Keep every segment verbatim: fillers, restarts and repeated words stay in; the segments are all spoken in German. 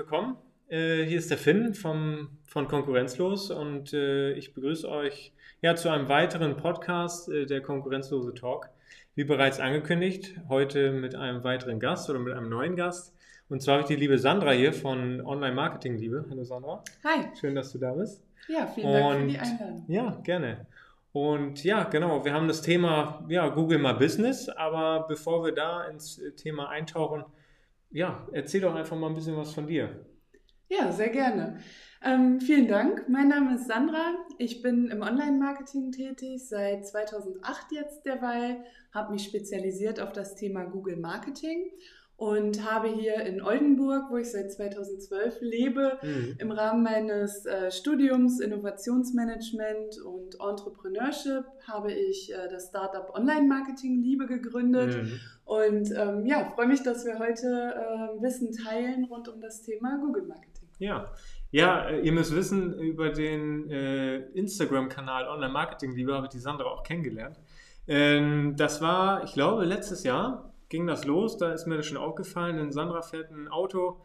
willkommen. Äh, hier ist der Finn vom, von Konkurrenzlos und äh, ich begrüße euch ja, zu einem weiteren Podcast, äh, der Konkurrenzlose Talk. Wie bereits angekündigt, heute mit einem weiteren Gast oder mit einem neuen Gast. Und zwar habe ich die liebe Sandra hier von Online Marketing Liebe. Hallo Sandra. Hi. Schön, dass du da bist. Ja, vielen Dank für die Einladung. Ja, gerne. Und ja, genau, wir haben das Thema ja, Google My Business, aber bevor wir da ins Thema eintauchen, ja, erzähl doch einfach mal ein bisschen was von dir. Ja, sehr gerne. Ähm, vielen Dank. Mein Name ist Sandra. Ich bin im Online-Marketing tätig, seit zweitausendacht jetzt derweil, habe mich spezialisiert auf das Thema Google Marketing und habe hier in Oldenburg, wo ich seit zweitausendzwölf lebe, mhm. im Rahmen meines äh, Studiums Innovationsmanagement und Entrepreneurship habe ich äh, das Startup Online Marketing Liebe gegründet. Mhm. Und ähm, ja, freue mich, dass wir heute äh, Wissen teilen rund um das Thema Google Marketing. Ja, ja, ihr müsst wissen, über den äh, Instagram-Kanal Online Marketing Liebe habe ich die Sandra auch kennengelernt. Ähm, das war, ich glaube, letztes Jahr ging das los, da ist mir das schon aufgefallen, denn Sandra fährt ein Auto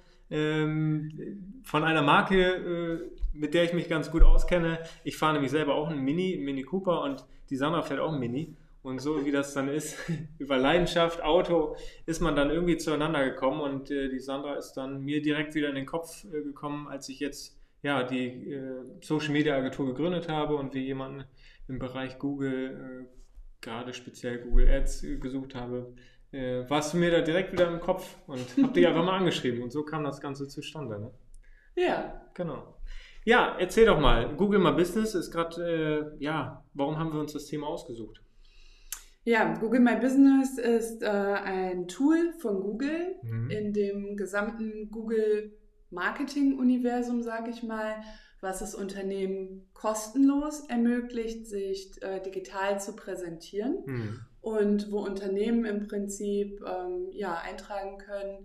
ähm, von einer Marke, äh, mit der ich mich ganz gut auskenne. Ich fahre nämlich selber auch einen Mini, einen Mini Cooper und die Sandra fährt auch einen Mini. Und so wie das dann ist, über Leidenschaft, Auto, ist man dann irgendwie zueinander gekommen und äh, die Sandra ist dann mir direkt wieder in den Kopf äh, gekommen, als ich jetzt ja, die äh, Social Media Agentur gegründet habe und wir jemanden im Bereich Google, äh, gerade speziell Google Ads, äh, gesucht habe. Äh, warst du mir da direkt wieder im Kopf und hab dich einfach mal angeschrieben und so kam das Ganze zustande. Ne? Ja. Genau. Ja, erzähl doch mal. Google My Business ist gerade, äh, ja, warum haben wir uns das Thema ausgesucht? Ja, Google My Business ist äh, ein Tool von Google mhm. in dem gesamten Google Marketing-Universum, sage ich mal, was es Unternehmen kostenlos ermöglicht, sich äh, digital zu präsentieren mhm. und wo Unternehmen im Prinzip ähm, ja, eintragen können,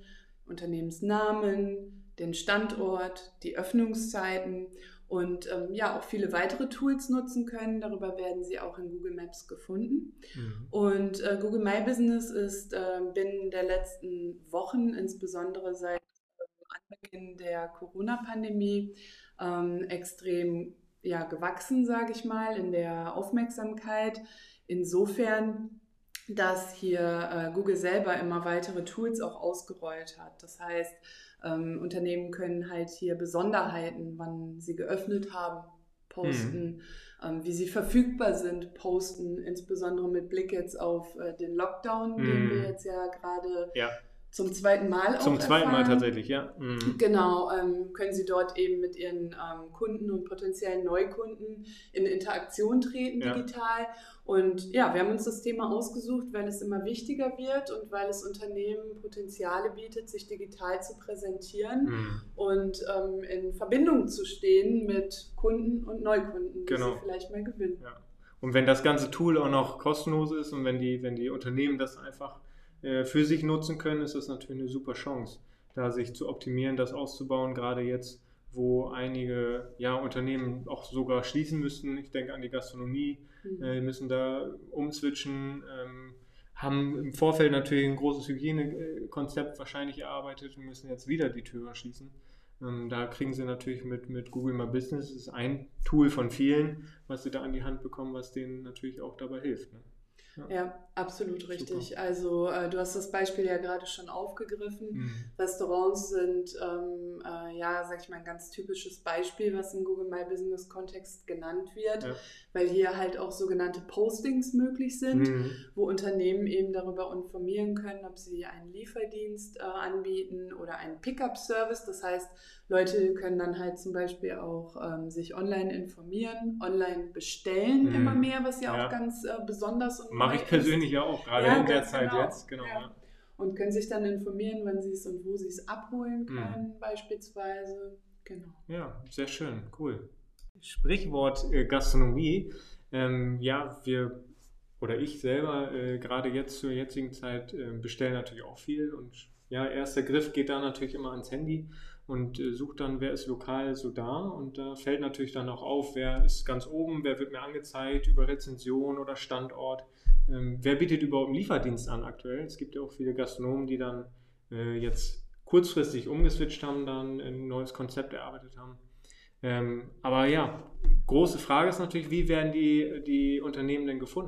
Unternehmensnamen, den Standort, die Öffnungszeiten und ähm, ja auch viele weitere Tools nutzen können. Darüber werden sie auch in Google Maps gefunden. Mhm. Und äh, Google My Business ist äh, binnen der letzten Wochen, insbesondere seit äh, Anbeginn der Corona-Pandemie, ähm, extrem ja, gewachsen, sage ich mal, in der Aufmerksamkeit. Insofern, dass hier äh, Google selber immer weitere Tools auch ausgerollt hat. Das heißt, ähm, Unternehmen können halt hier Besonderheiten, wann sie geöffnet haben, posten, mhm. ähm, wie sie verfügbar sind, posten, insbesondere mit Blick jetzt auf äh, den Lockdown, mhm. den wir jetzt ja gerade ja. zum zweiten Mal auch Zum zweiten erfahren. Mal tatsächlich, ja. Mhm. Genau, ähm, können Sie dort eben mit Ihren ähm, Kunden und potenziellen Neukunden in Interaktion treten ja. digital. Und ja, wir haben uns das Thema ausgesucht, weil es immer wichtiger wird und weil es Unternehmen Potenziale bietet, sich digital zu präsentieren mhm. und ähm, in Verbindung zu stehen mit Kunden und Neukunden, die genau. sie vielleicht mal gewinnen. Ja. Und wenn das ganze Tool auch noch kostenlos ist und wenn die, wenn die Unternehmen das einfach für sich nutzen können, ist das natürlich eine super Chance, da sich zu optimieren, das auszubauen, gerade jetzt, wo einige ja, Unternehmen auch sogar schließen müssen. Ich denke an die Gastronomie, mhm. äh, müssen da umswitchen, ähm, haben im Vorfeld natürlich ein großes Hygienekonzept wahrscheinlich erarbeitet und müssen jetzt wieder die Türe schließen. Ähm, da kriegen sie natürlich mit, mit Google My Business, das ist ein Tool von vielen, was sie da an die Hand bekommen, was denen natürlich auch dabei hilft. Ne? Ja. ja, absolut richtig. Super. Also äh, du hast das Beispiel ja gerade schon aufgegriffen. Mhm. Restaurants sind, ähm, äh, ja, sag ich mal, ein ganz typisches Beispiel, was im Google My Business Kontext genannt wird, ja. weil hier halt auch sogenannte Postings möglich sind, mhm. wo Unternehmen eben darüber informieren können, ob sie einen Lieferdienst äh, anbieten oder einen Pickup-Service. Das heißt, Leute können dann halt zum Beispiel auch ähm, sich online informieren, online bestellen mhm. immer mehr, was ja, ja. auch ganz äh, besonders und mache ich persönlich ja auch, gerade ja, in der Zeit genau. jetzt. Genau, ja. Ja. Und können sich dann informieren, wann sie es und wo sie es abholen können, mhm. beispielsweise. Genau. Ja, sehr schön, cool. Sprichwort äh, Gastronomie. Ähm, ja, wir oder ich selber äh, gerade jetzt zur jetzigen Zeit äh, bestellen natürlich auch viel und ja, erster Griff geht da natürlich immer ans Handy und äh, sucht dann, wer ist lokal so da und da fällt natürlich dann auch auf, wer ist ganz oben, wer wird mir angezeigt über Rezension oder Standort, ähm, wer bietet überhaupt einen Lieferdienst an aktuell. Es gibt ja auch viele Gastronomen, die dann äh, jetzt kurzfristig umgeswitcht haben, dann ein neues Konzept erarbeitet haben. Ähm, aber ja, große Frage ist natürlich, wie werden die, die Unternehmen denn gefunden?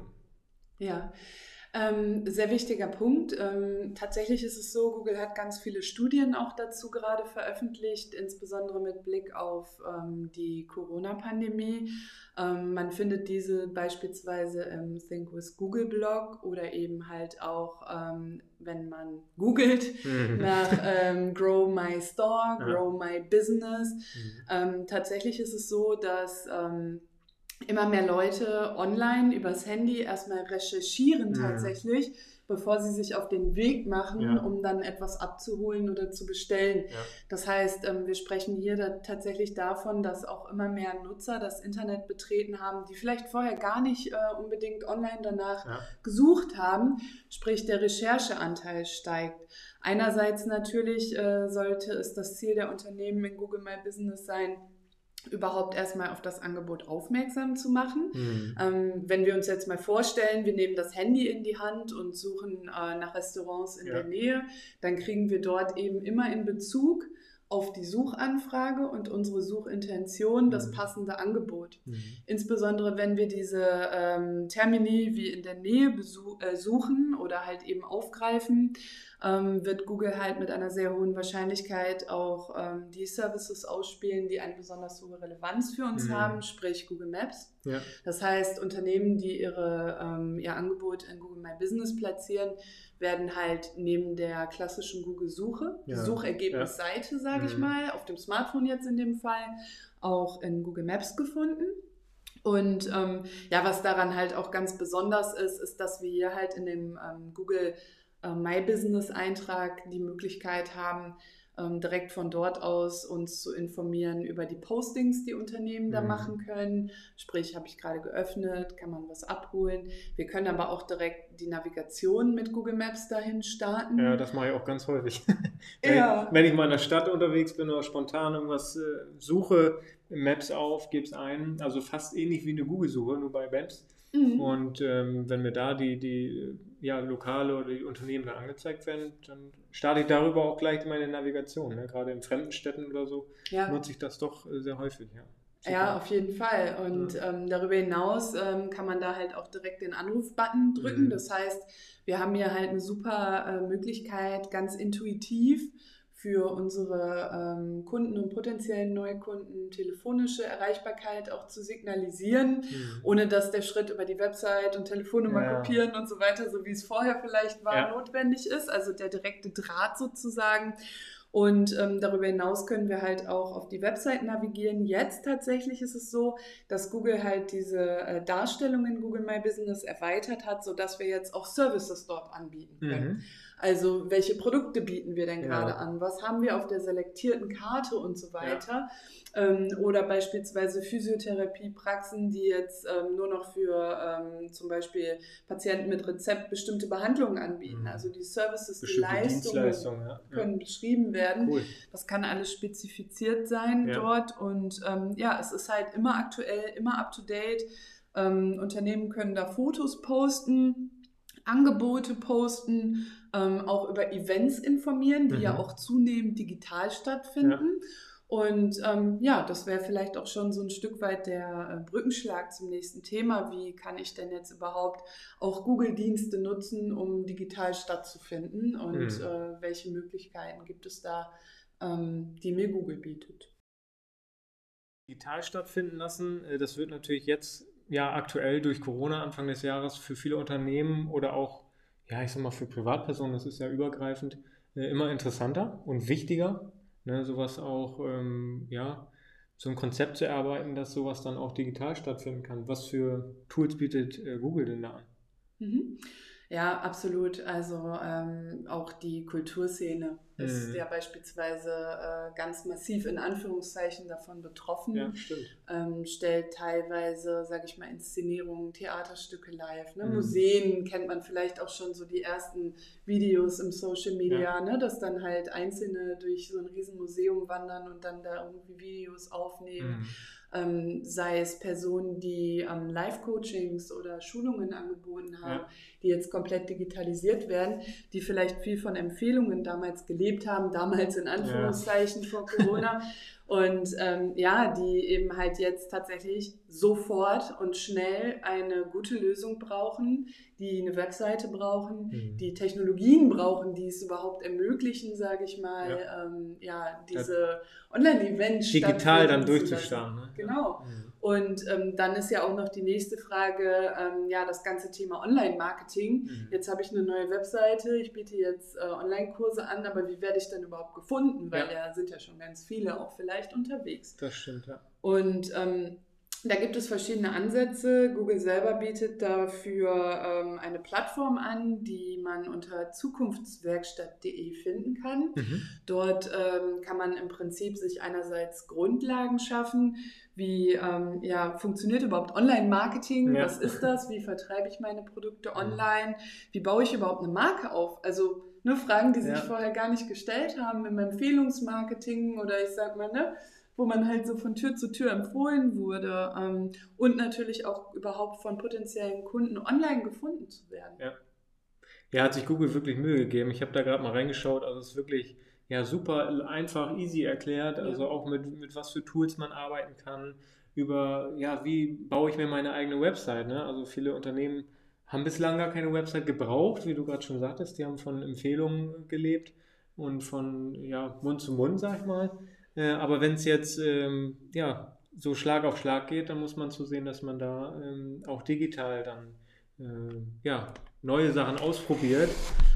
Ja, ähm, sehr wichtiger Punkt. Ähm, tatsächlich ist es so, Google hat ganz viele Studien auch dazu gerade veröffentlicht, insbesondere mit Blick auf ähm, die Corona-Pandemie. Ähm, man findet diese beispielsweise im Think with Google Blog oder eben halt auch, ähm, wenn man googelt, Mhm. nach ähm, Grow My Store, Ja. Grow My Business. Mhm. Ähm, tatsächlich ist es so, dass ähm, immer mehr Leute online übers Handy erstmal recherchieren tatsächlich, mhm. bevor sie sich auf den Weg machen, ja. um dann etwas abzuholen oder zu bestellen. Ja. Das heißt, wir sprechen hier da tatsächlich davon, dass auch immer mehr Nutzer das Internet betreten haben, die vielleicht vorher gar nicht äh, unbedingt online danach ja. gesucht haben, sprich der Rechercheanteil steigt. Einerseits natürlich äh, sollte es das Ziel der Unternehmen in Google My Business sein, überhaupt erstmal auf das Angebot aufmerksam zu machen. Mhm. Ähm, wenn wir uns jetzt mal vorstellen, wir nehmen das Handy in die Hand und suchen äh, nach Restaurants in ja. der Nähe, dann kriegen wir dort eben immer in Bezug auf die Suchanfrage und unsere Suchintention das passende Angebot. Mhm. Insbesondere wenn wir diese ähm, Termini wie in der Nähe besuch, äh, suchen oder halt eben aufgreifen, ähm, wird Google halt mit einer sehr hohen Wahrscheinlichkeit auch ähm, die Services ausspielen, die eine besonders hohe Relevanz für uns mhm. haben, sprich Google Maps. Ja. Das heißt, Unternehmen, die ihre, ähm, ihr Angebot in Google My Business platzieren, werden halt neben der klassischen Google-Suche, die ja. Suchergebnisseite, ja. sage mhm. ich mal, auf dem Smartphone jetzt in dem Fall, auch in Google Maps gefunden. Und ähm, ja, was daran halt auch ganz besonders ist, ist, dass wir hier halt in dem ähm, Google äh, My Business Eintrag die Möglichkeit haben, ähm, direkt von dort aus uns zu informieren über die Postings, die Unternehmen da mhm. machen können. Sprich, habe ich gerade geöffnet, kann man was abholen. Wir können aber auch direkt die Navigation mit Google Maps dahin starten. Ja, das mache ich auch ganz häufig. wenn, ja. ich, wenn ich mal in der Stadt unterwegs bin oder spontan irgendwas äh, suche, Maps auf, gebe es ein. Also fast ähnlich wie eine Google-Suche, nur bei Maps. Mhm. Und ähm, wenn mir da die, die ja, Lokale oder die Unternehmen dann angezeigt werden, dann starte ich darüber auch gleich meine Navigation. Ne? Gerade in fremden Städten oder so ja. nutze ich das doch äh, sehr häufig. Ja, ja, auf jeden Fall. Und ja. ähm, darüber hinaus ähm, kann man da halt auch direkt den Anruf-Button drücken. Mhm. Das heißt, wir haben hier halt eine super äh, Möglichkeit, ganz intuitiv für unsere ähm, Kunden und potenziellen Neukunden telefonische Erreichbarkeit auch zu signalisieren, mhm. ohne dass der Schritt über die Website und Telefonnummer ja. kopieren und so weiter, so wie es vorher vielleicht war, ja. notwendig ist. Also der direkte Draht sozusagen. Und ähm, darüber hinaus können wir halt auch auf die Website navigieren. Jetzt tatsächlich ist es so, dass Google halt diese äh, Darstellung in Google My Business erweitert hat, sodass wir jetzt auch Services dort anbieten können. Mhm. Also welche Produkte bieten wir denn ja. gerade an? Was haben wir auf der selektierten Karte und so weiter? Ja. Ähm, oder beispielsweise Physiotherapiepraxen, die jetzt ähm, nur noch für ähm, zum Beispiel Patienten mit Rezept bestimmte Behandlungen anbieten. Mhm. Also die Services, bestimmte die Leistungen ja. können ja. beschrieben werden. Cool. Das kann alles spezifiziert sein ja. dort. Und ähm, ja, es ist halt immer aktuell, immer up to date. Ähm, Unternehmen können da Fotos posten, Angebote posten, ähm, auch über Events informieren, die mhm. ja auch zunehmend digital stattfinden. Ja. Und ähm, ja, das wäre vielleicht auch schon so ein Stück weit der äh, Brückenschlag zum nächsten Thema. Wie kann ich denn jetzt überhaupt auch Google-Dienste nutzen, um digital stattzufinden? Und mhm. äh, welche Möglichkeiten gibt es da, ähm, die mir Google bietet? Digital stattfinden lassen, das wird natürlich jetzt ja aktuell durch Corona Anfang des Jahres für viele Unternehmen oder auch, ja, ich sag mal für Privatpersonen, das ist ja übergreifend, äh, immer interessanter und wichtiger, ne, sowas auch, ähm, ja, so ein Konzept zu erarbeiten, dass sowas dann auch digital stattfinden kann. Was für Tools bietet äh, Google denn da an? Mhm. Ja, absolut. Also ähm, auch die Kulturszene mhm. ist ja beispielsweise äh, ganz massiv in Anführungszeichen davon betroffen. Ja, stimmt. Ähm, stellt teilweise, sage ich mal, Inszenierungen, Theaterstücke live. Ne? Mhm. Museen kennt man vielleicht auch schon so die ersten Videos im Social Media, ja. ne? Dass dann halt Einzelne durch so ein Riesenmuseum wandern und dann da irgendwie Videos aufnehmen. Mhm. Ähm, sei es Personen, die ähm, Live-Coachings oder Schulungen angeboten haben, ja. die jetzt komplett digitalisiert werden, die vielleicht viel von Empfehlungen damals gelebt haben, damals in Anführungszeichen ja. vor Corona. Und ähm, ja, die eben halt jetzt tatsächlich sofort und schnell eine gute Lösung brauchen, die eine Webseite brauchen, mhm. die Technologien brauchen, die es überhaupt ermöglichen, sage ich mal, ja, ähm, ja diese Online-Events digital dann durchzustarten. Ne? Genau. Ja. Mhm. Und ähm, dann ist ja auch noch die nächste Frage, ähm, ja, das ganze Thema Online-Marketing. Mhm. Jetzt habe ich eine neue Webseite, ich biete jetzt äh, Online-Kurse an, aber wie werde ich denn überhaupt gefunden? Weil ja. da sind ja schon ganz viele auch vielleicht unterwegs. Das stimmt, ja. Und ähm, da gibt es verschiedene Ansätze. Google selber bietet dafür ähm, eine Plattform an, die man unter zukunftswerkstatt punkt de finden kann. Mhm. Dort ähm, kann man im Prinzip sich einerseits Grundlagen schaffen, wie ähm, ja, funktioniert überhaupt Online-Marketing, ja. was ist das, wie vertreibe ich meine Produkte online, wie baue ich überhaupt eine Marke auf, also nur Fragen, die sich ja. vorher gar nicht gestellt haben im Empfehlungsmarketing oder ich sag mal, ne, wo man halt so von Tür zu Tür empfohlen wurde ähm, und natürlich auch überhaupt von potenziellen Kunden online gefunden zu werden. Ja, ja, hat sich Google wirklich Mühe gegeben. Ich habe da gerade mal reingeschaut, also es ist wirklich ja, super einfach, easy erklärt, also ja. auch mit, mit was für Tools man arbeiten kann, über, ja, wie baue ich mir meine eigene Website, ne? Also viele Unternehmen haben bislang gar keine Website gebraucht, wie du gerade schon sagtest, die haben von Empfehlungen gelebt und von, ja, Mund zu Mund, sag ich mal. Aber wenn es jetzt ähm, ja, so Schlag auf Schlag geht, dann muss man zusehen, dass man da ähm, auch digital dann äh, ja, neue Sachen ausprobiert.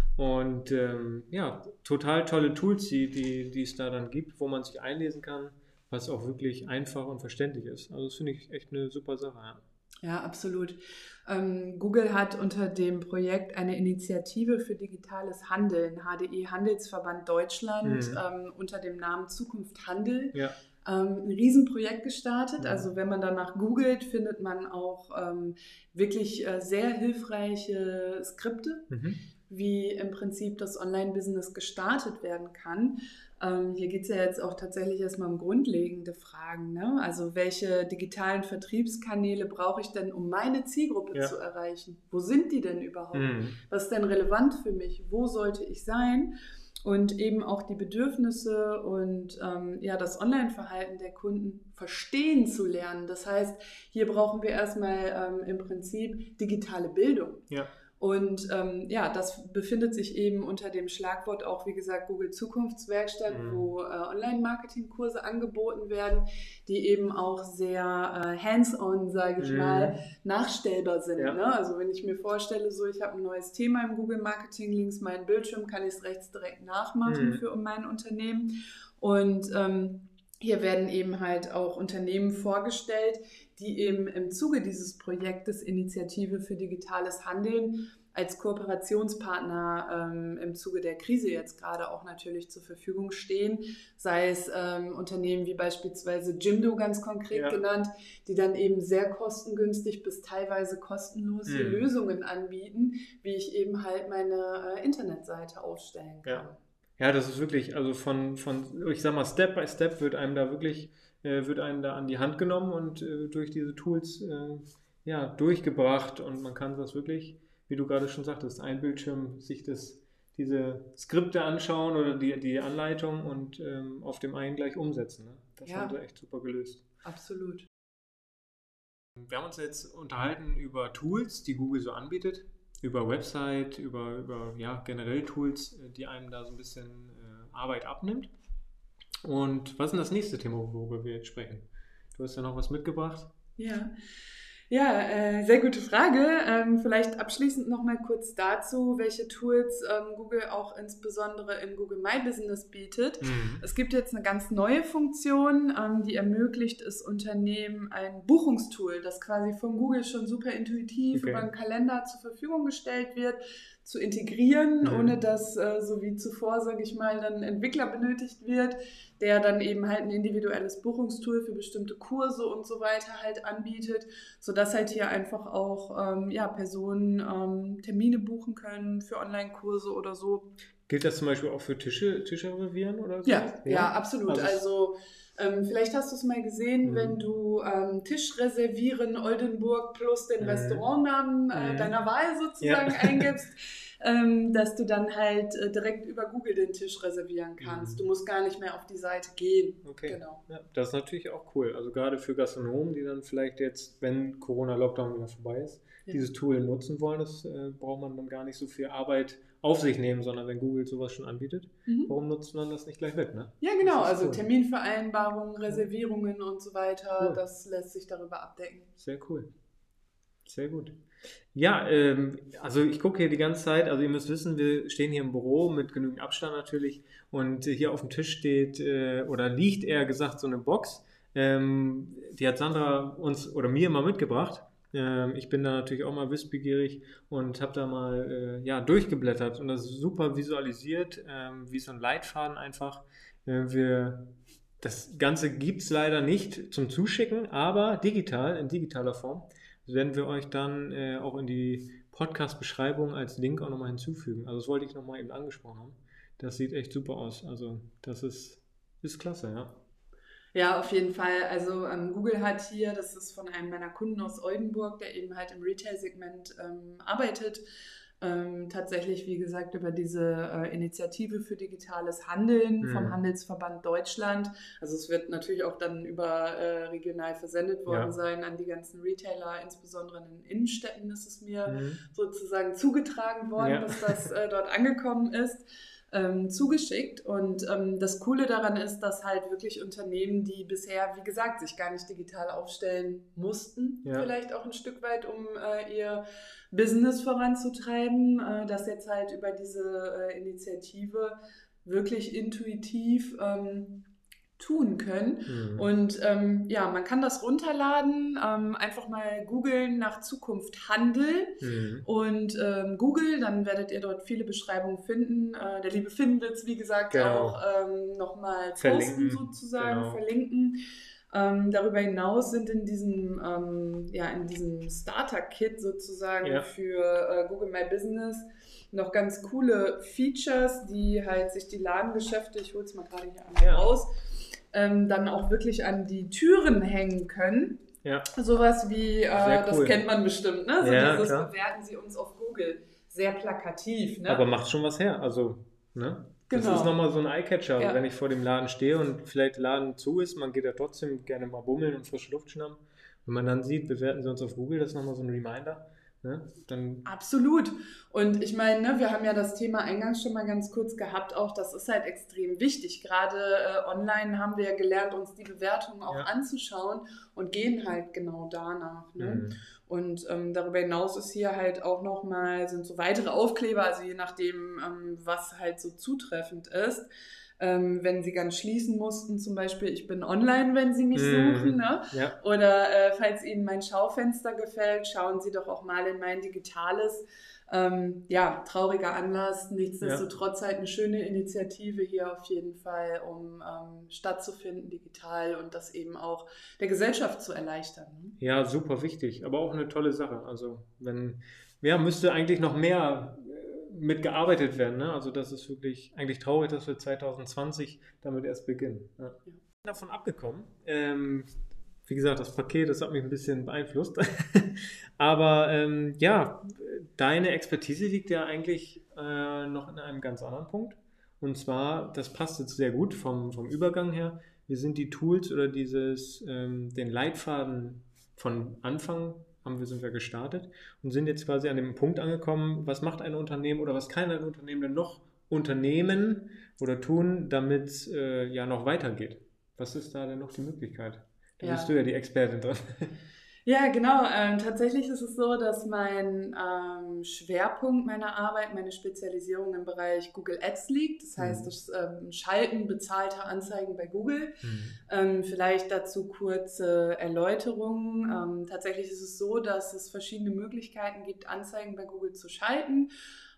Und ähm, ja, total tolle Tools, die, die, die es da dann gibt, wo man sich einlesen kann, was auch wirklich einfach und verständlich ist. Also das finde ich echt eine super Sache. Ja, ja absolut. Ähm, Google hat unter dem Projekt eine Initiative für digitales Handeln, H D E Handelsverband Deutschland, mhm. ähm, unter dem Namen Zukunft Handel, ja. ähm, ein Riesenprojekt gestartet. Mhm. Also wenn man danach googelt, findet man auch ähm, wirklich äh, sehr hilfreiche Skripte, mhm. wie im Prinzip das Online-Business gestartet werden kann. Ähm, hier geht es ja jetzt auch tatsächlich erstmal um grundlegende Fragen, ne? Also welche digitalen Vertriebskanäle brauche ich denn, um meine Zielgruppe ja. zu erreichen? Wo sind die denn überhaupt? Mhm. Was ist denn relevant für mich? Wo sollte ich sein? Und eben auch die Bedürfnisse und ähm, ja, das Online-Verhalten der Kunden verstehen zu lernen. Das heißt, hier brauchen wir erstmal ähm, im Prinzip digitale Bildung. Ja. Und ähm, ja, das befindet sich eben unter dem Schlagwort auch, wie gesagt, Google Zukunftswerkstatt, mhm. wo äh, Online-Marketing-Kurse angeboten werden, die eben auch sehr äh, hands-on, sage ich mhm. mal, nachstellbar sind. Ja. Ne? Also wenn ich mir vorstelle, so ich habe ein neues Thema im Google-Marketing, links meinen Bildschirm, kann ich es rechts direkt nachmachen mhm. für mein Unternehmen. Und ähm, hier werden eben halt auch Unternehmen vorgestellt, die eben im Zuge dieses Projektes Initiative für digitales Handeln als Kooperationspartner ähm, im Zuge der Krise jetzt gerade auch natürlich zur Verfügung stehen, sei es ähm, Unternehmen wie beispielsweise Jimdo ganz konkret ja. genannt, die dann eben sehr kostengünstig bis teilweise kostenlose mhm. Lösungen anbieten, wie ich eben halt meine äh, Internetseite aufstellen kann. Ja. Ja, das ist wirklich, also von, von, ich sag mal, Step by Step wird einem da wirklich, äh, wird einem da an die Hand genommen und äh, durch diese Tools äh, ja, durchgebracht und man kann das wirklich, wie du gerade schon sagtest, ein Bildschirm sich das, diese Skripte anschauen oder die, die Anleitung und ähm, auf dem einen gleich umsetzen. Ne? Das ja. haben sie echt super gelöst. Absolut. Wir haben uns jetzt unterhalten über Tools, die Google so anbietet. Über Website, über, über ja, generell Tools, die einem da so ein bisschen äh, Arbeit abnimmt. Und was ist denn das nächste Thema, worüber wir jetzt sprechen? Du hast ja noch was mitgebracht. Ja, ja äh, sehr gute Frage. Ähm, vielleicht abschließend noch mal kurz dazu, welche Tools ähm, Google auch insbesondere in Google My Business bietet. Mhm. Es gibt jetzt eine ganz neue Funktion, ähm, die ermöglicht es Unternehmen ein Buchungstool, das quasi von Google schon super intuitiv okay. über einen Kalender zur Verfügung gestellt wird, zu integrieren, mhm. ohne dass, äh, so wie zuvor, sage ich mal, dann ein Entwickler benötigt wird, der dann eben halt ein individuelles Buchungstool für bestimmte Kurse und so weiter halt anbietet, sodass halt hier einfach auch ähm, ja, Personen ähm, Termine buchen können für Online-Kurse oder so. Gilt das zum Beispiel auch für Tische, Tische reservieren oder so? Ja, ja, ja absolut. Also, also ähm, vielleicht hast du es mal gesehen, mhm. wenn du ähm, Tisch reservieren Oldenburg plus den mhm. Restaurantnamen äh, mhm. deiner Wahl sozusagen ja. eingibst, ähm, dass du dann halt äh, direkt über Google den Tisch reservieren kannst. Mhm. Du musst gar nicht mehr auf die Seite gehen. Okay. Genau. Ja, das ist natürlich auch cool. Also gerade für Gastronomen, die dann vielleicht jetzt, wenn Corona-Lockdown wieder vorbei ist, ja. dieses Tool nutzen wollen, das äh, braucht man dann gar nicht so viel Arbeit auf sich nehmen, sondern wenn Google sowas schon anbietet, mhm. warum nutzt man das nicht gleich weg? Ne? Ja, genau, also cool. Terminvereinbarungen, Reservierungen und so weiter, cool. das lässt sich darüber abdecken. Sehr cool. Sehr gut. Ja, ähm, also ich gucke hier die ganze Zeit, also ihr müsst wissen, wir stehen hier im Büro mit genügend Abstand natürlich und hier auf dem Tisch steht äh, oder liegt eher gesagt so eine Box, ähm, die hat Sandra uns oder mir mal mitgebracht. Ähm, ich bin da natürlich auch mal wissbegierig und habe da mal äh, ja, durchgeblättert und das ist super visualisiert, ähm, wie so ein Leitfaden einfach. Äh, wir, das Ganze gibt es leider nicht zum Zuschicken, aber digital, in digitaler Form. Das werden wir euch dann äh, auch in die Podcast-Beschreibung als Link auch nochmal hinzufügen. Also das wollte ich nochmal eben angesprochen haben. Das sieht echt super aus. Also das ist, ist klasse, ja. Ja, auf jeden Fall. Also ähm, Google hat hier, das ist von einem meiner Kunden aus Oldenburg, der eben halt im Retail-Segment ähm, arbeitet, ähm, tatsächlich, wie gesagt, über diese äh, Initiative für digitales Handeln mhm. vom Handelsverband Deutschland. Also es wird natürlich auch dann über äh, regional versendet worden ja. sein an die ganzen Retailer, insbesondere in den Innenstädten ist es mir mhm. sozusagen zugetragen worden, ja. dass das äh, dort angekommen ist. Ähm, zugeschickt und ähm, das Coole daran ist, dass halt wirklich Unternehmen, die bisher, wie gesagt, sich gar nicht digital aufstellen mussten, ja. vielleicht auch ein Stück weit, um äh, ihr Business voranzutreiben, äh, dass jetzt halt über diese äh, Initiative wirklich intuitiv ähm, tun können. Mhm. Und ähm, ja, man kann das runterladen, ähm, einfach mal googeln nach Zukunft Handel mhm. und ähm, Google, dann werdet ihr dort viele Beschreibungen finden. Äh, der liebe Finn wird es, wie gesagt, genau. auch ähm, nochmal posten sozusagen, genau. verlinken. Ähm, darüber hinaus sind in diesem, ähm, ja, in diesem Starter-Kit sozusagen ja. für äh, Google My Business noch ganz coole Features, die halt sich die Ladengeschäfte, ich hole es mal gerade hier einmal ja. raus, ähm, dann auch wirklich an die Türen hängen können. Ja. Sowas wie, äh, cool. das kennt man bestimmt, ne? So ja, dieses klar. Bewerten Sie uns auf Google. Sehr plakativ, ne? Aber macht schon was her, also, ne? Genau. Das ist nochmal so ein Eyecatcher, also ja. wenn ich vor dem Laden stehe und vielleicht der Laden zu ist, man geht ja trotzdem gerne mal bummeln und frische Luft schnappen. Wenn man dann sieht, bewerten Sie uns auf Google, das ist nochmal so ein Reminder. Ne? Dann Absolut. Und ich meine, ne, wir haben ja das Thema eingangs schon mal ganz kurz gehabt, auch das ist halt extrem wichtig. Gerade äh, online haben wir ja gelernt, uns die Bewertungen auch ja. anzuschauen und gehen halt genau danach. Ne? Mhm. Und ähm, darüber hinaus ist hier halt auch nochmal, sind so weitere Aufkleber, also je nachdem, ähm, was halt so zutreffend ist. Ähm, wenn sie ganz schließen mussten, zum Beispiel, ich bin online, wenn sie mich mm, suchen, ne? Ja. Oder äh, falls Ihnen mein Schaufenster gefällt, schauen Sie doch auch mal in mein digitales. Ähm, ja, trauriger Anlass, nichtsdestotrotz ja. halt eine schöne Initiative hier auf jeden Fall, um ähm, stattzufinden digital und das eben auch der Gesellschaft zu erleichtern. Ne? Ja, super wichtig, aber auch eine tolle Sache. Also wenn, ja, müsste eigentlich noch mehr mitgearbeitet werden. Ne? Also das ist wirklich eigentlich traurig, dass wir zwanzig zwanzig damit erst beginnen. Ja. Ja. Ich bin davon abgekommen. Ähm, wie gesagt, das Paket, das hat mich ein bisschen beeinflusst. Aber ähm, ja, deine Expertise liegt ja eigentlich äh, noch in einem ganz anderen Punkt. Und zwar, das passt jetzt sehr gut vom, vom Übergang her. Wir sind die Tools oder dieses, ähm, den Leitfaden von Anfang haben wir, sind wir gestartet und sind jetzt quasi an dem Punkt angekommen, was macht ein Unternehmen oder was kann ein Unternehmen denn noch unternehmen oder tun, damit es äh, ja noch weitergeht? Was ist da denn noch die Möglichkeit? Da ja. bist du ja die Expertin drin. Ja, genau. Ähm, tatsächlich ist es so, dass mein ähm, Schwerpunkt meiner Arbeit, meine Spezialisierung im Bereich Google Ads liegt. Das heißt, mhm. das ähm, Schalten bezahlter Anzeigen bei Google. Mhm. Ähm, vielleicht dazu kurze Erläuterungen. Ähm, tatsächlich ist es so, dass es verschiedene Möglichkeiten gibt, Anzeigen bei Google zu schalten.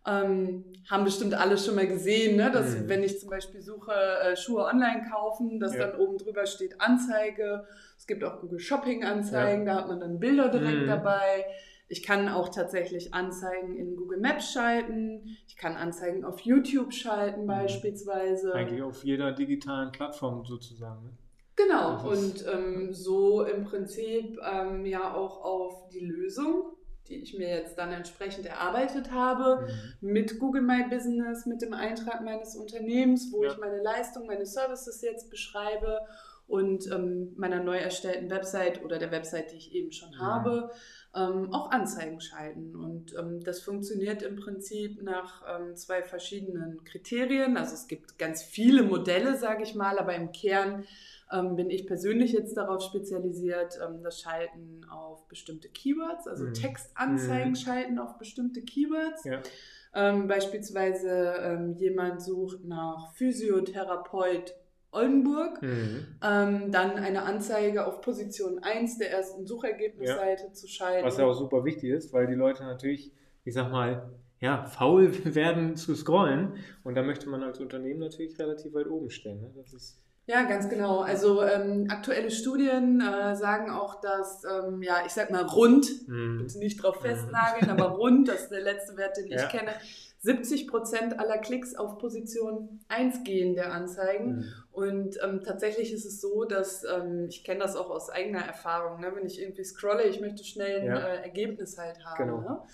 Ähm, haben bestimmt alle schon mal gesehen, ne? Dass Mhm. wenn ich zum Beispiel suche, äh, Schuhe online kaufen, dass Ja. dann oben drüber steht Anzeige. Es gibt auch Google Shopping Anzeigen, Ja. da hat man dann Bilder direkt Mhm. dabei. Ich kann auch tatsächlich Anzeigen in Google Maps schalten. Ich kann Anzeigen auf YouTube schalten beispielsweise. Eigentlich auf jeder digitalen Plattform sozusagen. Ne? Genau, Das ist- und ähm, so im Prinzip ähm, ja auch auf die Lösung, die ich mir jetzt dann entsprechend erarbeitet habe, Mhm. mit Google My Business, mit dem Eintrag meines Unternehmens, wo Ja. ich meine Leistung, meine Services jetzt beschreibe und ähm, meiner neu erstellten Website oder der Website, die ich eben schon Mhm. habe, ähm, auch Anzeigen schalten. Und ähm, das funktioniert im Prinzip nach ähm, zwei verschiedenen Kriterien. Also es gibt ganz viele Modelle, sage ich mal, aber im Kern ähm, bin ich persönlich jetzt darauf spezialisiert, ähm, das Schalten auf bestimmte Keywords, also Mhm. Textanzeigen Mhm. schalten auf bestimmte Keywords. Ja. Ähm, beispielsweise ähm, jemand sucht nach Physiotherapeut Oldenburg, Mhm. ähm, dann eine Anzeige auf Position eins der ersten Suchergebnisseite zu schalten. Was ja auch super wichtig ist, weil die Leute natürlich, ich sag mal, ja, faul werden zu scrollen und da möchte man als Unternehmen natürlich relativ weit oben stehen. Ne? Das ist Ja, ganz genau. Also ähm, aktuelle Studien äh, sagen auch, dass, ähm, ja, ich sag mal rund, Mhm. bitte nicht drauf Mhm. festnageln, aber rund, das ist der letzte Wert, den Ja. ich kenne, siebzig Prozent aller Klicks auf Position eins gehen der Anzeigen. Mhm. Und ähm, tatsächlich ist es so, dass, ähm, ich kenne das auch aus eigener Erfahrung, ne? Wenn ich irgendwie scrolle, ich möchte schnell ein Ja. äh, Ergebnis halt haben. Genau. Ne?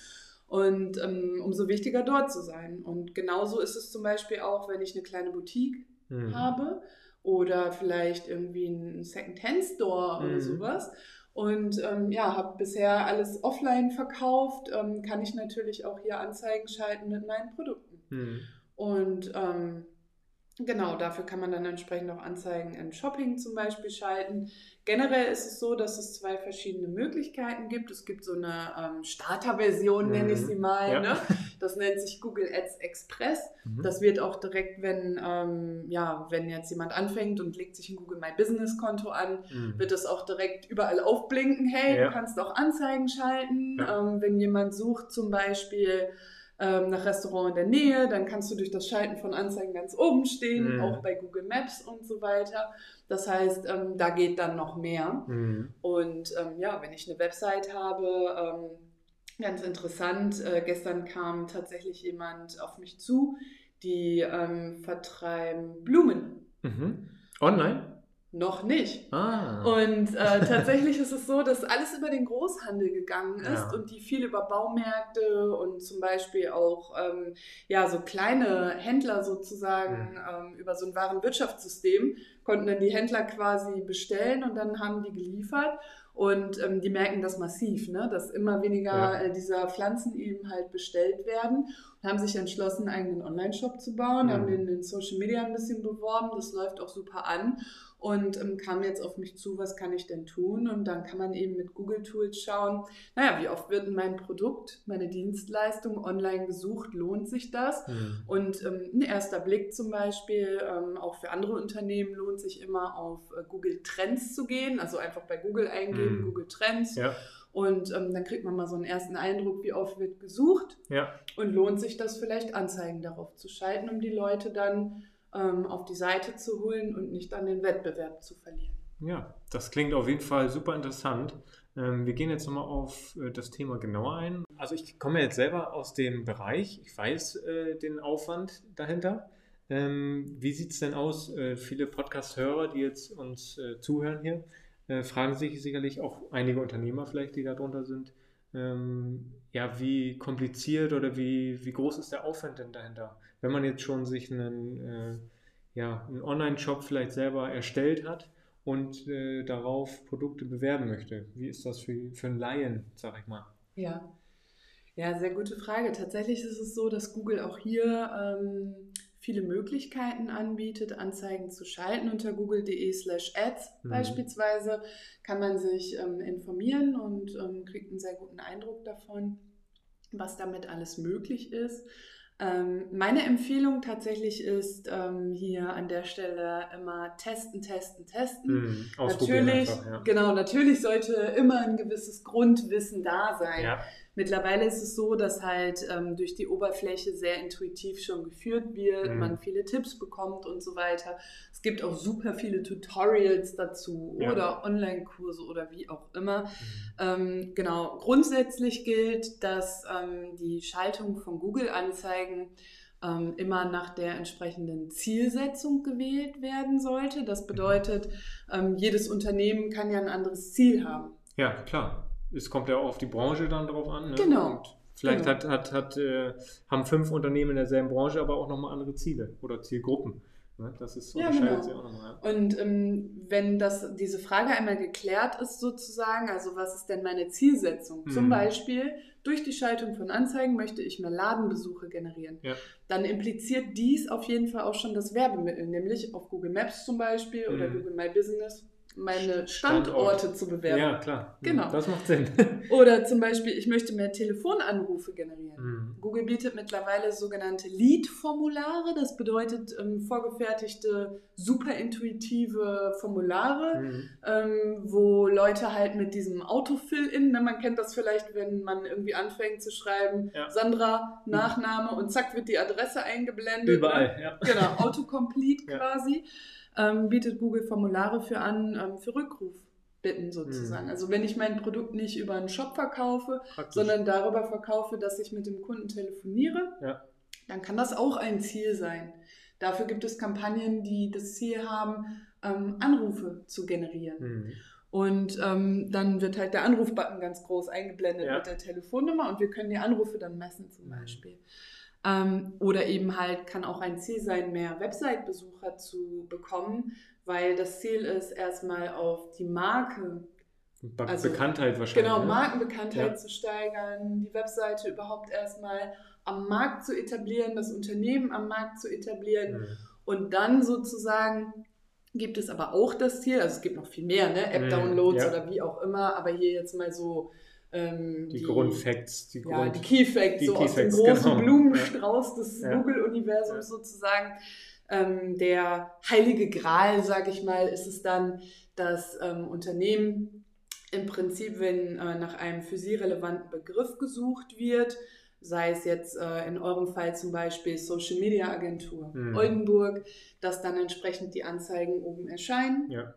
Und ähm, umso wichtiger dort zu sein. Und genauso ist es zum Beispiel auch, wenn ich eine kleine Boutique Mhm. habe oder vielleicht irgendwie einen Second-Hand-Store oder Mhm. sowas. Und ähm, ja, habe bisher alles offline verkauft, ähm, kann ich natürlich auch hier Anzeigen schalten mit meinen Produkten. Mhm. Und ähm, genau, dafür kann man dann entsprechend auch Anzeigen im Shopping zum Beispiel schalten. Generell ist es so, dass es zwei verschiedene Möglichkeiten gibt. Es gibt so eine ähm, Starter-Version, nenne ich sie mal. Ja. Ne? Das nennt sich Google Ads Express. Mhm. Das wird auch direkt, wenn, ähm, ja, wenn jetzt jemand anfängt und legt sich ein Google My Business Konto an, Mhm. wird das auch direkt überall aufblinken. Hey, Ja. du kannst auch Anzeigen schalten. Ja. Ähm, wenn jemand sucht zum Beispiel ähm, nach Restaurant in der Nähe, dann kannst du durch das Schalten von Anzeigen ganz oben stehen, Mhm. auch bei Google Maps und so weiter. Das heißt, ähm, da geht dann noch mehr. Mhm. Und ähm, ja, wenn ich eine Website habe, ähm, ganz interessant, äh, gestern kam tatsächlich jemand auf mich zu, die ähm, vertreiben Blumen. Mhm. Online? Noch nicht. Ah. Und äh, tatsächlich ist es so, dass alles über den Großhandel gegangen ist Ja. und die viel über Baumärkte und zum Beispiel auch ähm, ja, so kleine Händler sozusagen Mhm. ähm, über so ein Warenwirtschaftssystem konnten dann die Händler quasi bestellen und dann haben die geliefert. Und ähm, die merken das massiv, ne? Dass immer weniger Ja. äh, dieser Pflanzen eben halt bestellt werden und haben sich entschlossen, einen eigenen Online-Shop zu bauen, Mhm. haben den in Social Media ein bisschen beworben, das läuft auch super an. Und ähm, kam jetzt auf mich zu, was kann ich denn tun? Und dann kann man eben mit Google Tools schauen, naja, wie oft wird denn mein Produkt, meine Dienstleistung online gesucht, lohnt sich das? Mhm. Und ähm, ein erster Blick zum Beispiel, ähm, auch für andere Unternehmen lohnt sich immer auf äh, Google Trends zu gehen, also einfach bei Google eingeben, Mhm. Google Trends. Ja. Und ähm, dann kriegt man mal so einen ersten Eindruck, wie oft wird gesucht Ja. und lohnt sich das vielleicht, Anzeigen darauf zu schalten, um die Leute dann ähm, auf die Seite zu holen und nicht an den Wettbewerb zu verlieren. Ja, das klingt auf jeden Fall super interessant. Ähm, wir gehen jetzt nochmal auf äh, das Thema genauer ein. Also ich komme jetzt selber aus dem Bereich, ich weiß äh, den Aufwand dahinter. Ähm, wie sieht es denn aus? Äh, viele Podcast-Hörer, die jetzt uns äh, zuhören hier, äh, fragen sich sicherlich auch einige Unternehmer vielleicht, die darunter sind, ähm, ja, wie kompliziert oder wie, wie groß ist der Aufwand denn dahinter? Wenn man jetzt schon sich einen, äh, ja, einen Online-Shop vielleicht selber erstellt hat und äh, darauf Produkte bewerben möchte. Wie ist das für, für einen Laien, sag ich mal? Ja. Ja, sehr gute Frage. Tatsächlich ist es so, dass Google auch hier ähm, viele Möglichkeiten anbietet, Anzeigen zu schalten. Unter google.de slash ads Mhm. beispielsweise kann man sich ähm, informieren und ähm, kriegt einen sehr guten Eindruck davon, was damit alles möglich ist. Ähm, meine Empfehlung tatsächlich ist ähm, hier an der Stelle immer testen, testen, testen. Mhm. Ausprobieren Natürlich, einfach, ja. genau, natürlich sollte immer ein gewisses Grundwissen da sein. Ja. Mittlerweile ist es so, dass halt ähm, durch die Oberfläche sehr intuitiv schon geführt wird, mhm. man viele Tipps bekommt und so weiter. Es gibt auch super viele Tutorials dazu ja. oder Online-Kurse oder wie auch immer. Mhm. Ähm, genau, grundsätzlich gilt, dass ähm, die Schaltung von Google-Anzeigen ähm, immer nach der entsprechenden Zielsetzung gewählt werden sollte. Das bedeutet, ähm, jedes Unternehmen kann ja ein anderes Ziel haben. Ja, klar. Es kommt ja auch auf die Branche dann drauf an. Ne? Genau. Und vielleicht genau. hat, hat, hat, äh, haben fünf Unternehmen in derselben Branche aber auch nochmal andere Ziele oder Zielgruppen. Ne? Das ist, unterscheidet ja, genau. sich auch nochmal. Ja. Und ähm, wenn das, diese Frage einmal geklärt ist sozusagen, also was ist denn meine Zielsetzung? Hm. Zum Beispiel, durch die Schaltung von Anzeigen möchte ich mehr Ladenbesuche generieren. Ja. Dann impliziert dies auf jeden Fall auch schon das Werbemittel, nämlich auf Google Maps zum Beispiel hm. oder Google My Business meine Standorte Standort. zu bewerben. Ja, klar. Genau. Das macht Sinn. Oder zum Beispiel, ich möchte mehr Telefonanrufe generieren. Mhm. Google bietet mittlerweile sogenannte Lead-Formulare. Das bedeutet ähm, vorgefertigte, super intuitive Formulare, mhm. ähm, wo Leute halt mit diesem Autofill-In, ne, man kennt das vielleicht, wenn man irgendwie anfängt zu schreiben, ja. Sandra, Nachname und zack wird die Adresse eingeblendet. Überall, ne? Ja. Genau, Autocomplete ja. quasi. Ähm, bietet Google Formulare für an, ähm, für Rückrufbitten sozusagen. Mhm. Also wenn ich mein Produkt nicht über einen Shop verkaufe, Praktisch. sondern darüber verkaufe, dass ich mit dem Kunden telefoniere, ja. dann kann das auch ein Ziel sein. Dafür gibt es Kampagnen, die das Ziel haben, ähm, Anrufe zu generieren. Mhm. Und ähm, dann wird halt der Anrufbutton ganz groß eingeblendet ja. mit der Telefonnummer und wir können die Anrufe dann messen zum Beispiel. Mhm. Ähm, oder eben halt kann auch ein Ziel sein, mehr Website-Besucher zu bekommen, weil das Ziel ist, erstmal auf die Marke, Be- also Bekanntheit wahrscheinlich. Genau, Markenbekanntheit ja. zu steigern, die Webseite überhaupt erstmal am Markt zu etablieren, das Unternehmen am Markt zu etablieren mhm. und dann sozusagen gibt es aber auch das Ziel, also es gibt noch viel mehr, ne? App-Downloads ja. oder wie auch immer, aber hier jetzt mal so Ähm, die, die Grundfacts, die, ja, Grund, die Key Facts, die so Key aus Facts, dem großen genau. Blumenstrauß ja. des ja. Google-Universums ja. sozusagen. Ähm, der heilige Gral, sage ich mal, ist es dann, dass ähm, Unternehmen im Prinzip, wenn äh, nach einem für sie relevanten Begriff gesucht wird, sei es jetzt äh, in eurem Fall zum Beispiel Social Media Agentur mhm. Oldenburg, dass dann entsprechend die Anzeigen oben erscheinen. Ja.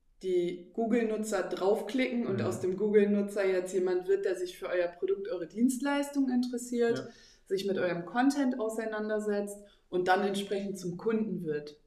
Die Google-Nutzer draufklicken und mhm. aus dem Google-Nutzer jetzt jemand wird, der sich für euer Produkt, eure Dienstleistung interessiert, ja. sich mit eurem Content auseinandersetzt und dann entsprechend zum Kunden wird.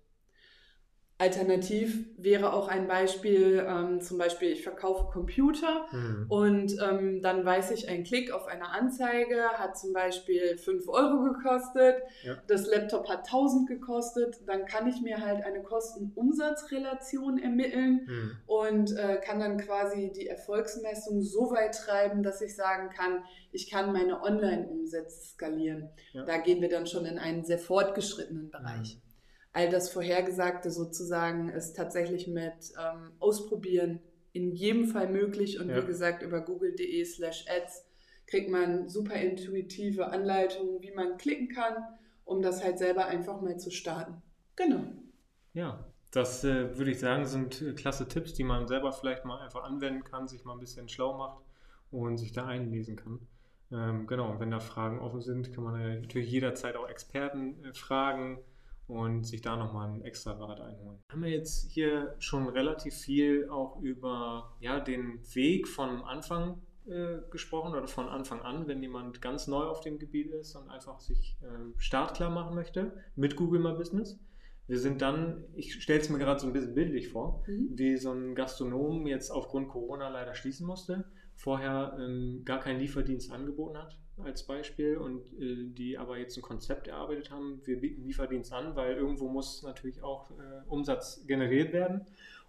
Alternativ wäre auch ein Beispiel, ähm, zum Beispiel ich verkaufe Computer mhm. und ähm, dann weiß ich, ein Klick auf eine Anzeige hat zum Beispiel fünf Euro gekostet, ja. das Laptop hat tausend gekostet, dann kann ich mir halt eine Kosten-Umsatz-Relation ermitteln mhm. und äh, kann dann quasi die Erfolgsmessung so weit treiben, dass ich sagen kann, ich kann meine Online-Umsätze skalieren. Ja. Da gehen wir dann schon in einen sehr fortgeschrittenen Bereich. Mhm. All das Vorhergesagte sozusagen ist tatsächlich mit ähm, Ausprobieren in jedem Fall möglich und ja. wie gesagt über google.de slash ads kriegt man super intuitive Anleitungen, wie man klicken kann, um das halt selber einfach mal zu starten. Genau. Ja, das äh, würde ich sagen, sind äh, klasse Tipps, die man selber vielleicht mal einfach anwenden kann, sich mal ein bisschen schlau macht und sich da einlesen kann. Ähm, genau, und wenn da Fragen offen sind, kann man äh, natürlich jederzeit auch Experten äh, fragen und sich da nochmal einen extra Rat einholen. Haben wir jetzt hier schon relativ viel auch über ja, den Weg von Anfang äh, gesprochen oder von Anfang an, wenn jemand ganz neu auf dem Gebiet ist und einfach sich äh, startklar machen möchte mit Google My Business. Wir sind dann, ich stelle es mir gerade so ein bisschen bildlich vor, mhm. wie so ein Gastronom jetzt aufgrund Corona leider schließen musste, vorher ähm, gar keinen Lieferdienst angeboten hat als Beispiel und äh, die aber jetzt ein Konzept erarbeitet haben, wir bieten Lieferdienst an, weil irgendwo muss natürlich auch äh, Umsatz generiert werden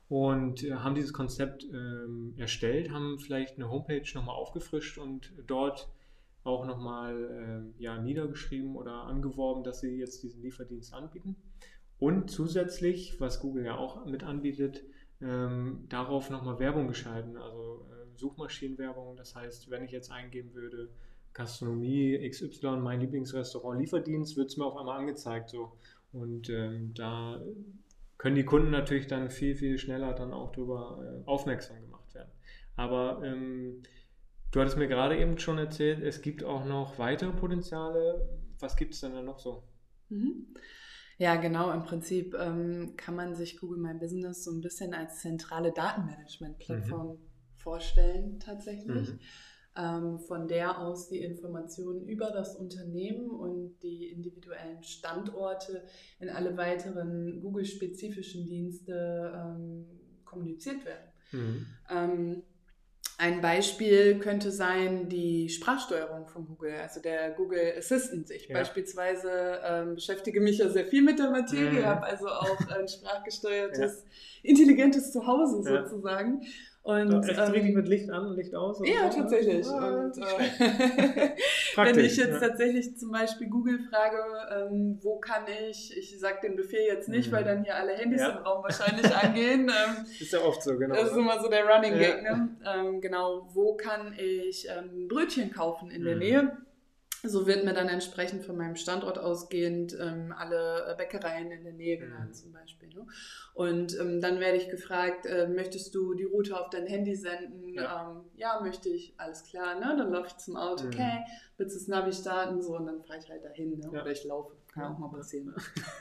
und äh, haben dieses Konzept äh, erstellt, haben vielleicht eine Homepage nochmal aufgefrischt und dort auch nochmal äh, ja, niedergeschrieben oder angeworben, dass sie jetzt diesen Lieferdienst anbieten. Und zusätzlich, was Google ja auch mit anbietet, ähm, darauf nochmal Werbung geschalten, also äh, Suchmaschinenwerbung. Das heißt, wenn ich jetzt eingeben würde, Gastronomie X Y, mein Lieblingsrestaurant, Lieferdienst, wird es mir auf einmal angezeigt. So. Und ähm, da können die Kunden natürlich dann viel, viel schneller dann auch darüber äh, aufmerksam gemacht werden. Aber ähm, Du hattest mir gerade eben schon erzählt, es gibt auch noch weitere Potenziale. Was gibt es denn da noch so? Mhm. Ja, genau. Im Prinzip ähm, kann man sich Google My Business so ein bisschen als zentrale Datenmanagement-Plattform mhm. vorstellen, tatsächlich. Mhm. Ähm, von der aus die Informationen über das Unternehmen und die individuellen Standorte in alle weiteren Google-spezifischen Dienste ähm, kommuniziert werden. Mhm. Ähm, Ein Beispiel könnte sein die Sprachsteuerung von Google, also der Google Assistant. Ich ja. beispielsweise ähm, beschäftige mich ja sehr viel mit der Materie, mhm. habe also auch ein sprachgesteuertes, ja. intelligentes Zuhause sozusagen. Ja. Und, echt ähm, richtig mit Licht an und Licht aus? Ja, so, tatsächlich. Ah, und äh, wenn ich jetzt ja. tatsächlich zum Beispiel Google frage, ähm, wo kann ich, ich sage den Befehl jetzt nicht, mhm. weil dann hier alle Handys ja. im Raum wahrscheinlich angehen. Ähm, ist ja oft so, genau. Das ist immer so der Running ja. Gag. Ne? Ähm, genau, wo kann ich ähm, Brötchen kaufen in mhm. der Nähe? So wird mir dann entsprechend von meinem Standort ausgehend ähm, alle Bäckereien in der Nähe genannt, mhm. zum Beispiel. Ne? Und ähm, dann werde ich gefragt, äh, möchtest du die Route auf dein Handy senden? Ja, ähm, ja möchte ich, alles klar. Ne? Dann laufe ich zum Auto, mhm. okay, willst du das Navi starten? So, und dann fahre ich halt dahin. Ne? Ja. Oder ich laufe, kann ja. auch mal passieren.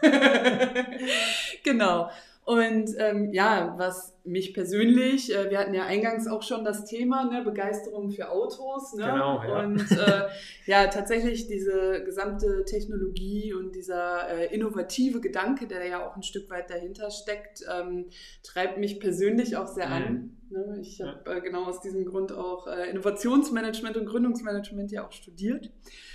Genau. Und ähm, ja, was mich persönlich, äh, wir hatten ja eingangs auch schon das Thema, ne, Begeisterung für Autos. Ne? Genau, ja. Und äh, ja, tatsächlich diese gesamte Technologie und dieser äh, innovative Gedanke, der ja auch ein Stück weit dahinter steckt, ähm, treibt mich persönlich auch sehr mhm. an. Ne? Ich habe ja. äh, genau aus diesem Grund auch äh, Innovationsmanagement und Gründungsmanagement ja auch studiert.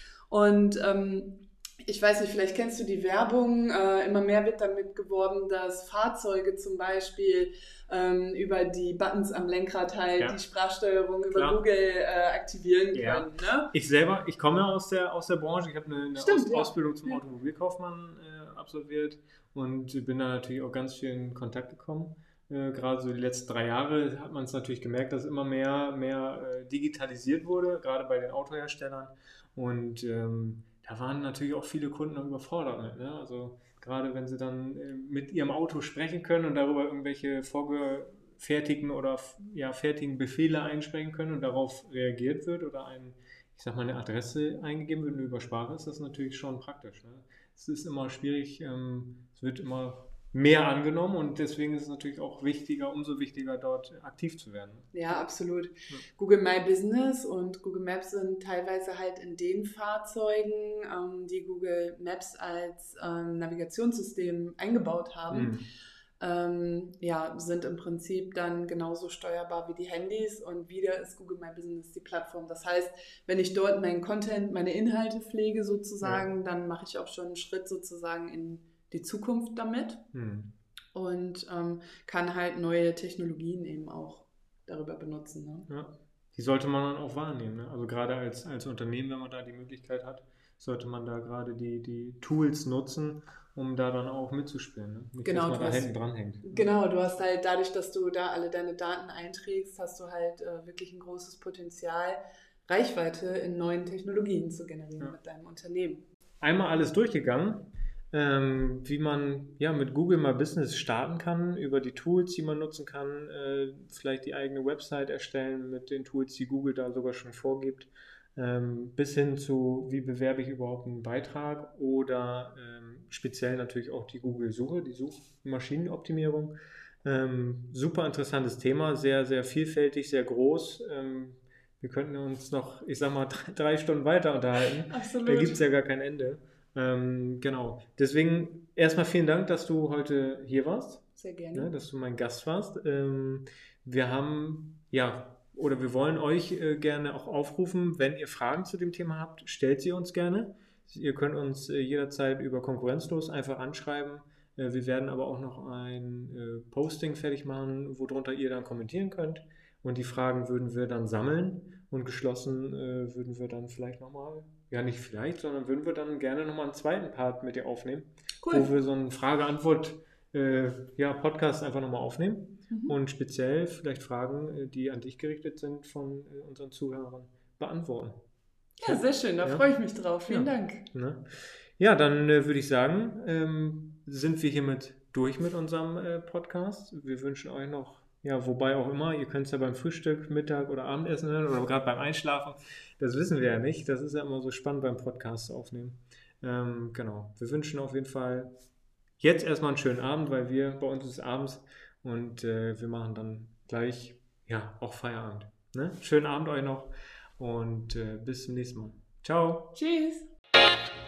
Und ähm, ich weiß nicht, vielleicht kennst du die Werbung, äh, immer mehr wird damit geworben, dass Fahrzeuge zum Beispiel ähm, über die Buttons am Lenkrad halt ja. die Sprachsteuerung über Klar. Google äh, aktivieren ja. können. Ne? Ich selber, ich komme ja aus der, aus der Branche, ich habe eine, eine Stimmt, aus, ja. Ausbildung zum Automobilkaufmann äh, absolviert und bin da natürlich auch ganz viel in Kontakt gekommen. Äh, gerade so die letzten drei Jahre hat man es natürlich gemerkt, dass immer mehr, mehr äh, digitalisiert wurde, gerade bei den Autoherstellern und ähm, da waren natürlich auch viele Kunden noch überfordert mit. Ne? Also gerade wenn sie dann äh, mit ihrem Auto sprechen können und darüber irgendwelche vorgefertigten oder ja, fertigen Befehle einsprechen können und darauf reagiert wird oder ein, ich sag mal, eine Adresse eingegeben wird und über Sprache, ist das natürlich schon praktisch. Ne? Es ist immer schwierig, ähm, es wird immer mehr angenommen und deswegen ist es natürlich auch wichtiger, umso wichtiger, dort aktiv zu werden. Ja, absolut. Ja. Google My Business und Google Maps sind teilweise halt in den Fahrzeugen, ähm, die Google Maps als ähm, Navigationssystem eingebaut haben, mhm. ähm, ja, sind im Prinzip dann genauso steuerbar wie die Handys und wieder ist Google My Business die Plattform. Das heißt, wenn ich dort meinen Content, meine Inhalte pflege sozusagen, ja. dann mache ich auch schon einen Schritt sozusagen in die Zukunft damit hm. und ähm, kann halt neue Technologien eben auch darüber benutzen. Ne? Ja, die sollte man dann auch wahrnehmen. Ne? Also gerade als, als Unternehmen, wenn man da die Möglichkeit hat, sollte man da gerade die, die Tools nutzen, um da dann auch mitzuspielen. Ne? Nicht, genau, dass man da hast, hinten dran hängt. Genau, du hast halt dadurch, dass du da alle deine Daten einträgst, hast du halt äh, wirklich ein großes Potenzial, Reichweite in neuen Technologien zu generieren ja. mit deinem Unternehmen. Einmal alles durchgegangen. Ähm, wie man ja mit Google My Business starten kann, über die Tools, die man nutzen kann, äh, vielleicht die eigene Website erstellen mit den Tools, die Google da sogar schon vorgibt, ähm, bis hin zu, wie bewerbe ich überhaupt einen Beitrag oder ähm, speziell natürlich auch die Google-Suche, die Suchmaschinenoptimierung. Ähm, super interessantes Thema, sehr, sehr vielfältig, sehr groß. Ähm, wir könnten uns noch, ich sag mal, drei, drei Stunden weiter unterhalten. Absolut. Da gibt es ja gar kein Ende. Ähm, genau. Deswegen erstmal vielen Dank, dass du heute hier warst. Sehr gerne. Ne, dass du mein Gast warst. Ähm, wir haben, ja, oder wir wollen euch äh, gerne auch aufrufen, wenn ihr Fragen zu dem Thema habt, stellt sie uns gerne. Ihr könnt uns äh, jederzeit über Konkurrenzlos einfach anschreiben. Äh, wir werden aber auch noch ein äh, Posting fertig machen, worunter ihr dann kommentieren könnt. Und die Fragen würden wir dann sammeln und geschlossen äh, würden wir dann vielleicht nochmal, ja nicht vielleicht, sondern würden wir dann gerne nochmal einen zweiten Part mit dir aufnehmen, cool. wo wir so einen Frage-Antwort äh, ja, Podcast einfach nochmal aufnehmen mhm. und speziell vielleicht Fragen, äh, die an dich gerichtet sind, von äh, unseren Zuhörern beantworten. Ja, sehr schön, da ja. freue ich mich drauf. Vielen ja. Dank. Ne? Ja, dann äh, würde ich sagen, ähm, sind wir hiermit durch mit unserem äh, Podcast. Wir wünschen euch noch Ja, wobei auch immer, ihr könnt es ja beim Frühstück, Mittag oder Abendessen hören oder gerade beim Einschlafen. Das wissen wir ja nicht. Das ist ja immer so spannend beim Podcast aufnehmen. Ähm, genau. Wir wünschen auf jeden Fall jetzt erstmal einen schönen Abend, weil wir, bei uns ist es abends und äh, wir machen dann gleich, ja, auch Feierabend. Ne? Schönen Abend euch noch und äh, bis zum nächsten Mal. Ciao. Tschüss.